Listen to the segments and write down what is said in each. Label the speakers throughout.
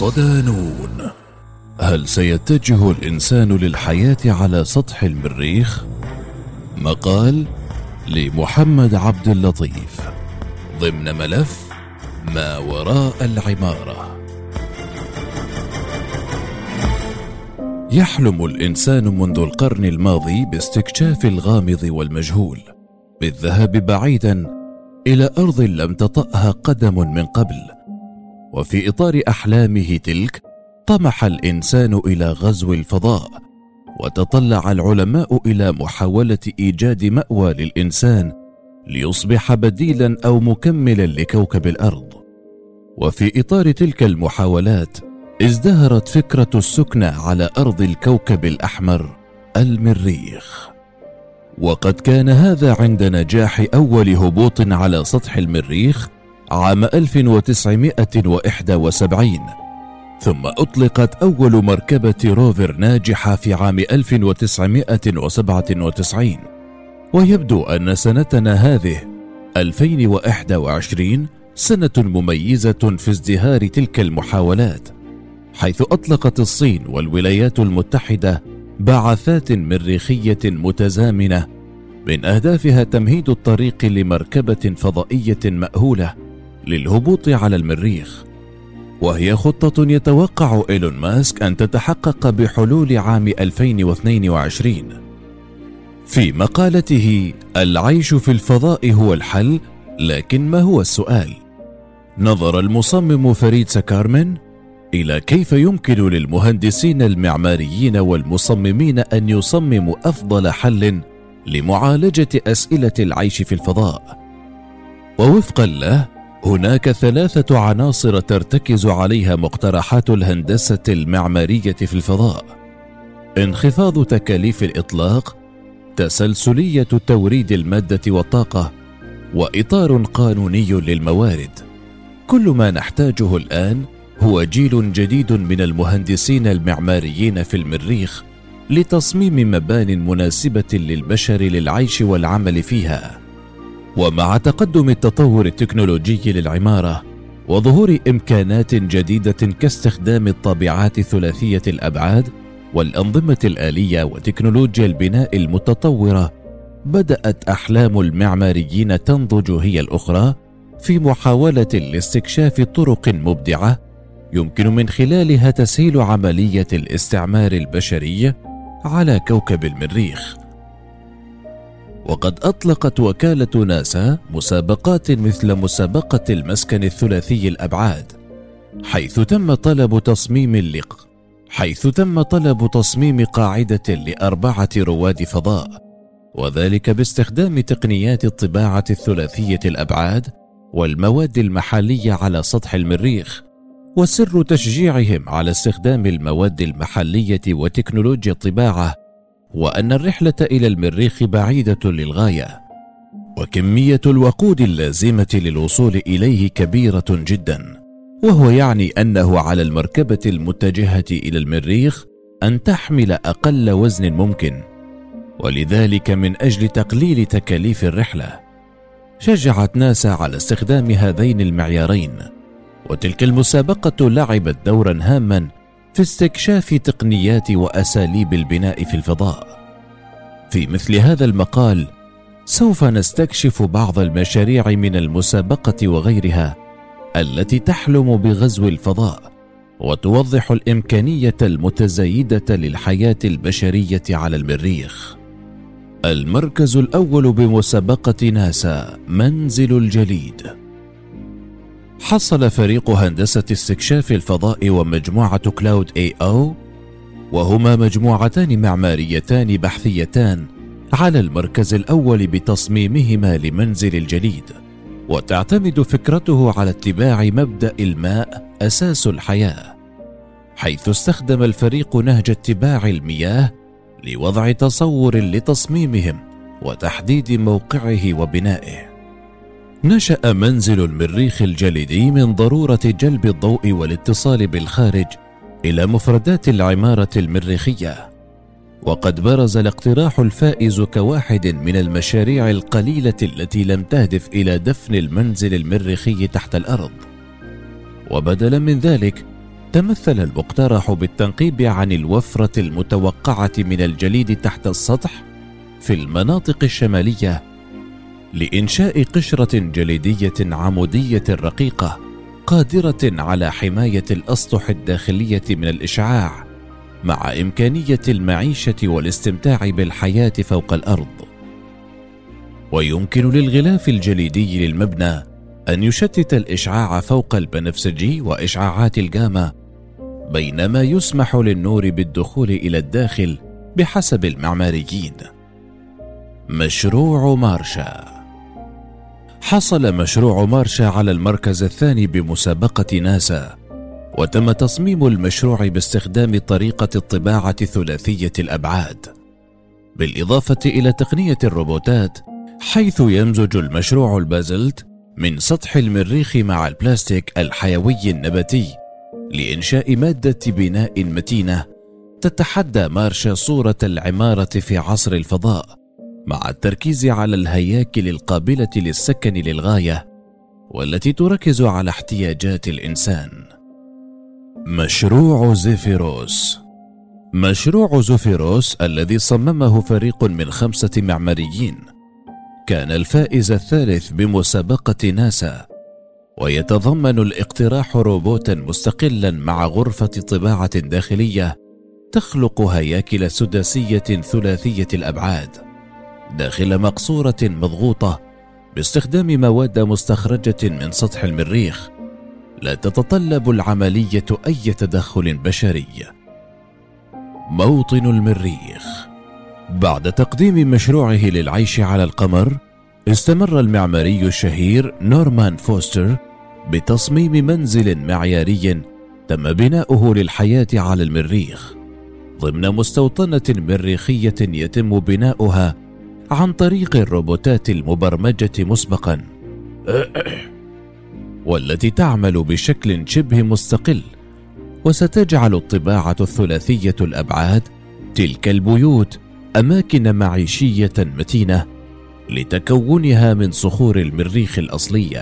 Speaker 1: صدانون. هل سيتجه الإنسان للحياة على سطح المريخ؟ مقال لمحمد عبد اللطيف ضمن ملف ما وراء العمارة. يحلم الإنسان منذ القرن الماضي باستكشاف الغامض والمجهول، بالذهاب بعيدا إلى أرض لم تطأها قدم من قبل. وفي إطار أحلامه تلك طمح الإنسان إلى غزو الفضاء، وتطلع العلماء إلى محاولة إيجاد مأوى للإنسان ليصبح بديلا أو مكملا لكوكب الأرض. وفي إطار تلك المحاولات ازدهرت فكرة السكنى على أرض الكوكب الأحمر المريخ. وقد كان هذا عند نجاح أول هبوط على سطح المريخ عام 1971، ثم أطلقت أول مركبة روفر ناجحة في عام 1997. ويبدو أن سنتنا هذه 2021 سنة مميزة في ازدهار تلك المحاولات، حيث أطلقت الصين والولايات المتحدة بعثات مريخية متزامنة من أهدافها تمهيد الطريق لمركبة فضائية مأهولة للهبوط على المريخ، وهي خطة يتوقع إيلون ماسك أن تتحقق بحلول عام 2022. في مقالته العيش في الفضاء هو الحل، لكن ما هو السؤال؟ نظر المصمم فريد سكارمن إلى كيف يمكن للمهندسين المعماريين والمصممين أن يصمموا أفضل حل لمعالجة أسئلة العيش في الفضاء. ووفقا له هناك 3 عناصر ترتكز عليها مقترحات الهندسة المعمارية في الفضاء: انخفاض تكاليف الإطلاق، تسلسلية توريد المادة والطاقة، وإطار قانوني للموارد. كل ما نحتاجه الآن هو جيل جديد من المهندسين المعماريين في المريخ لتصميم مبان مناسبة للبشر للعيش والعمل فيها. ومع تقدم التطور التكنولوجي للعمارة وظهور إمكانات جديدة كاستخدام الطابعات ثلاثية الأبعاد والأنظمة الآلية وتكنولوجيا البناء المتطورة، بدأت أحلام المعماريين تنضج هي الأخرى في محاولة لاستكشاف طرق مبدعة يمكن من خلالها تسهيل عملية الاستعمار البشري على كوكب المريخ. وقد أطلقت وكالة ناسا مسابقات مثل مسابقة المسكن الثلاثي الأبعاد، حيث تم طلب تصميم قاعدة ل4 رواد فضاء، وذلك باستخدام تقنيات الطباعة الثلاثية الأبعاد والمواد المحلية على سطح المريخ. وسر تشجيعهم على استخدام المواد المحلية وتكنولوجيا الطباعة وأن الرحلة إلى المريخ بعيدة للغاية، وكمية الوقود اللازمة للوصول إليه كبيرة جدا، وهو يعني أنه على المركبة المتجهة إلى المريخ أن تحمل أقل وزن ممكن. ولذلك من أجل تقليل تكاليف الرحلة شجعت ناسا على استخدام هذين المعيارين، وتلك المسابقة لعبت دورا هاما في استكشاف تقنيات وأساليب البناء في الفضاء. في مثل هذا المقال سوف نستكشف بعض المشاريع من المسابقة وغيرها التي تحلم بغزو الفضاء وتوضح الإمكانية المتزايدة للحياة البشرية على المريخ. المركز الأول بمسابقة ناسا منزل الجليد. حصل فريق هندسة استكشاف الفضاء ومجموعة كلاود AO، وهما مجموعتان معماريتان بحثيتان، على المركز الأول بتصميمهما لمنزل الجليد. وتعتمد فكرته على اتباع مبدأ الماء أساس الحياة، حيث استخدم الفريق نهج اتباع المياه لوضع تصور لتصميمهم وتحديد موقعه وبنائه. نشأ منزل المريخ الجليدي من ضرورة جلب الضوء والاتصال بالخارج إلى مفردات العمارة المريخية، وقد برز الاقتراح الفائز كواحد من المشاريع القليلة التي لم تهدف إلى دفن المنزل المريخي تحت الأرض. وبدلا من ذلك تمثل المقترح بالتنقيب عن الوفرة المتوقعة من الجليد تحت السطح في المناطق الشمالية لإنشاء قشرة جليدية عمودية رقيقة قادرة على حماية الأسطح الداخلية من الإشعاع مع إمكانية المعيشة والاستمتاع بالحياة فوق الأرض. ويمكن للغلاف الجليدي للمبنى أن يشتت الإشعاع فوق البنفسجي وإشعاعات الجاما، بينما يسمح للنور بالدخول إلى الداخل بحسب المعماريين. مشروع مارشا. حصل مشروع مارشا على المركز الثاني بمسابقة ناسا، وتم تصميم المشروع باستخدام طريقة الطباعة ثلاثية الأبعاد، بالإضافة إلى تقنية الروبوتات، حيث يمزج المشروع البازلت من سطح المريخ مع البلاستيك الحيوي النباتي لإنشاء مادة بناء متينة تتحدى مارشا صورة العمارة في عصر الفضاء، مع التركيز على الهياكل القابلة للسكن للغاية والتي تركز على احتياجات الإنسان. مشروع زيفيروس. مشروع زيفيروس الذي صممه فريق من 5 معماريين كان الفائز الثالث بمسابقة ناسا، ويتضمن الاقتراح روبوتا مستقلا مع غرفة طباعة داخلية تخلق هياكل سداسية ثلاثية الأبعاد داخل مقصورة مضغوطة باستخدام مواد مستخرجة من سطح المريخ، لا تتطلب العملية أي تدخل بشري. موطن المريخ. بعد تقديم مشروعه للعيش على القمر، استمر المعماري الشهير نورمان فوستر بتصميم منزل معياري تم بناؤه للحياة على المريخ ضمن مستوطنة مريخية يتم بناؤها عن طريق الروبوتات المبرمجة مسبقا، والتي تعمل بشكل شبه مستقل، وستجعل الطباعة الثلاثية الأبعاد تلك البيوت أماكن معيشية متينة لتكونها من صخور المريخ الأصلية.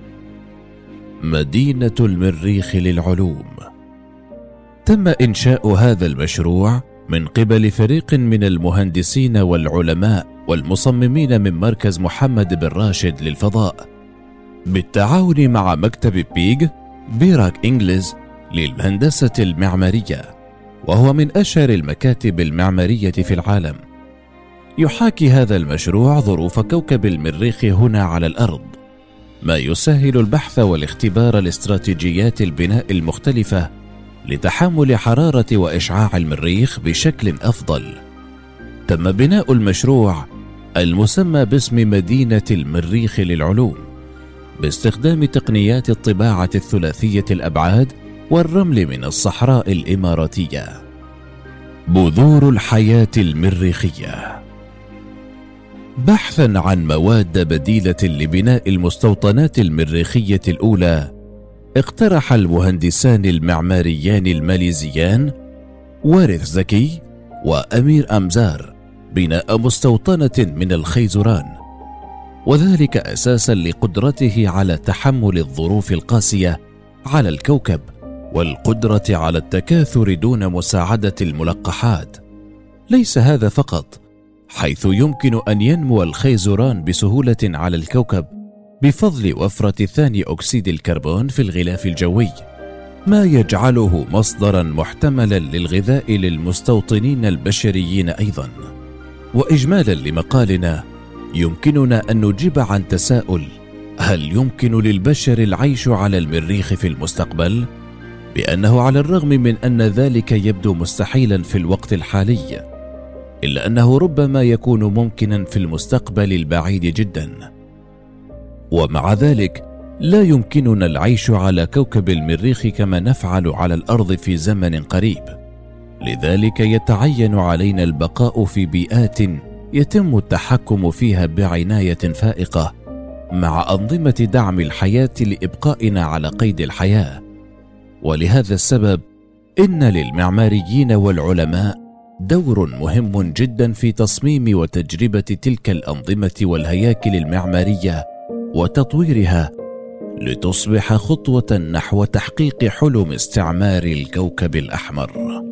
Speaker 1: مدينة المريخ للعلوم. تم إنشاء هذا المشروع من قبل فريق من المهندسين والعلماء والمصممين من مركز محمد بن راشد للفضاء، بالتعاون مع مكتب بيراك إنجلز للهندسة المعمارية، وهو من أشهر المكاتب المعمارية في العالم. يحاكي هذا المشروع ظروف كوكب المريخ هنا على الأرض، ما يسهل البحث والاختبار لاستراتيجيات البناء المختلفة لتحمل حرارة وإشعاع المريخ بشكل أفضل. تم بناء المشروع المسمى باسم مدينة المريخ للعلوم باستخدام تقنيات الطباعة الثلاثية الأبعاد والرمل من الصحراء الإماراتية. بذور الحياة المريخية. بحثا عن مواد بديلة لبناء المستوطنات المريخية الأولى، اقترح المهندسان المعماريان الماليزيان وارث زكي وأمير أمزار بناء مستوطنة من الخيزران، وذلك أساسا لقدرته على تحمل الظروف القاسية على الكوكب والقدرة على التكاثر دون مساعدة الملقحات. ليس هذا فقط، حيث يمكن أن ينمو الخيزران بسهولة على الكوكب بفضل وفرة ثاني أكسيد الكربون في الغلاف الجوي، ما يجعله مصدرا محتملا للغذاء للمستوطنين البشريين أيضا. وإجمالا لمقالنا، يمكننا أن نجيب عن تساؤل: هل يمكن للبشر العيش على المريخ في المستقبل؟ بأنه على الرغم من أن ذلك يبدو مستحيلا في الوقت الحالي، إلا أنه ربما يكون ممكنا في المستقبل البعيد جدا. ومع ذلك لا يمكننا العيش على كوكب المريخ كما نفعل على الأرض في زمن قريب، لذلك يتعين علينا البقاء في بيئات يتم التحكم فيها بعناية فائقة مع أنظمة دعم الحياة لإبقائنا على قيد الحياة. ولهذا السبب إن للمعماريين والعلماء دور مهم جدا في تصميم وتجربة تلك الأنظمة والهياكل المعمارية وتطويرها لتصبح خطوة نحو تحقيق حلم استعمار الكوكب الأحمر.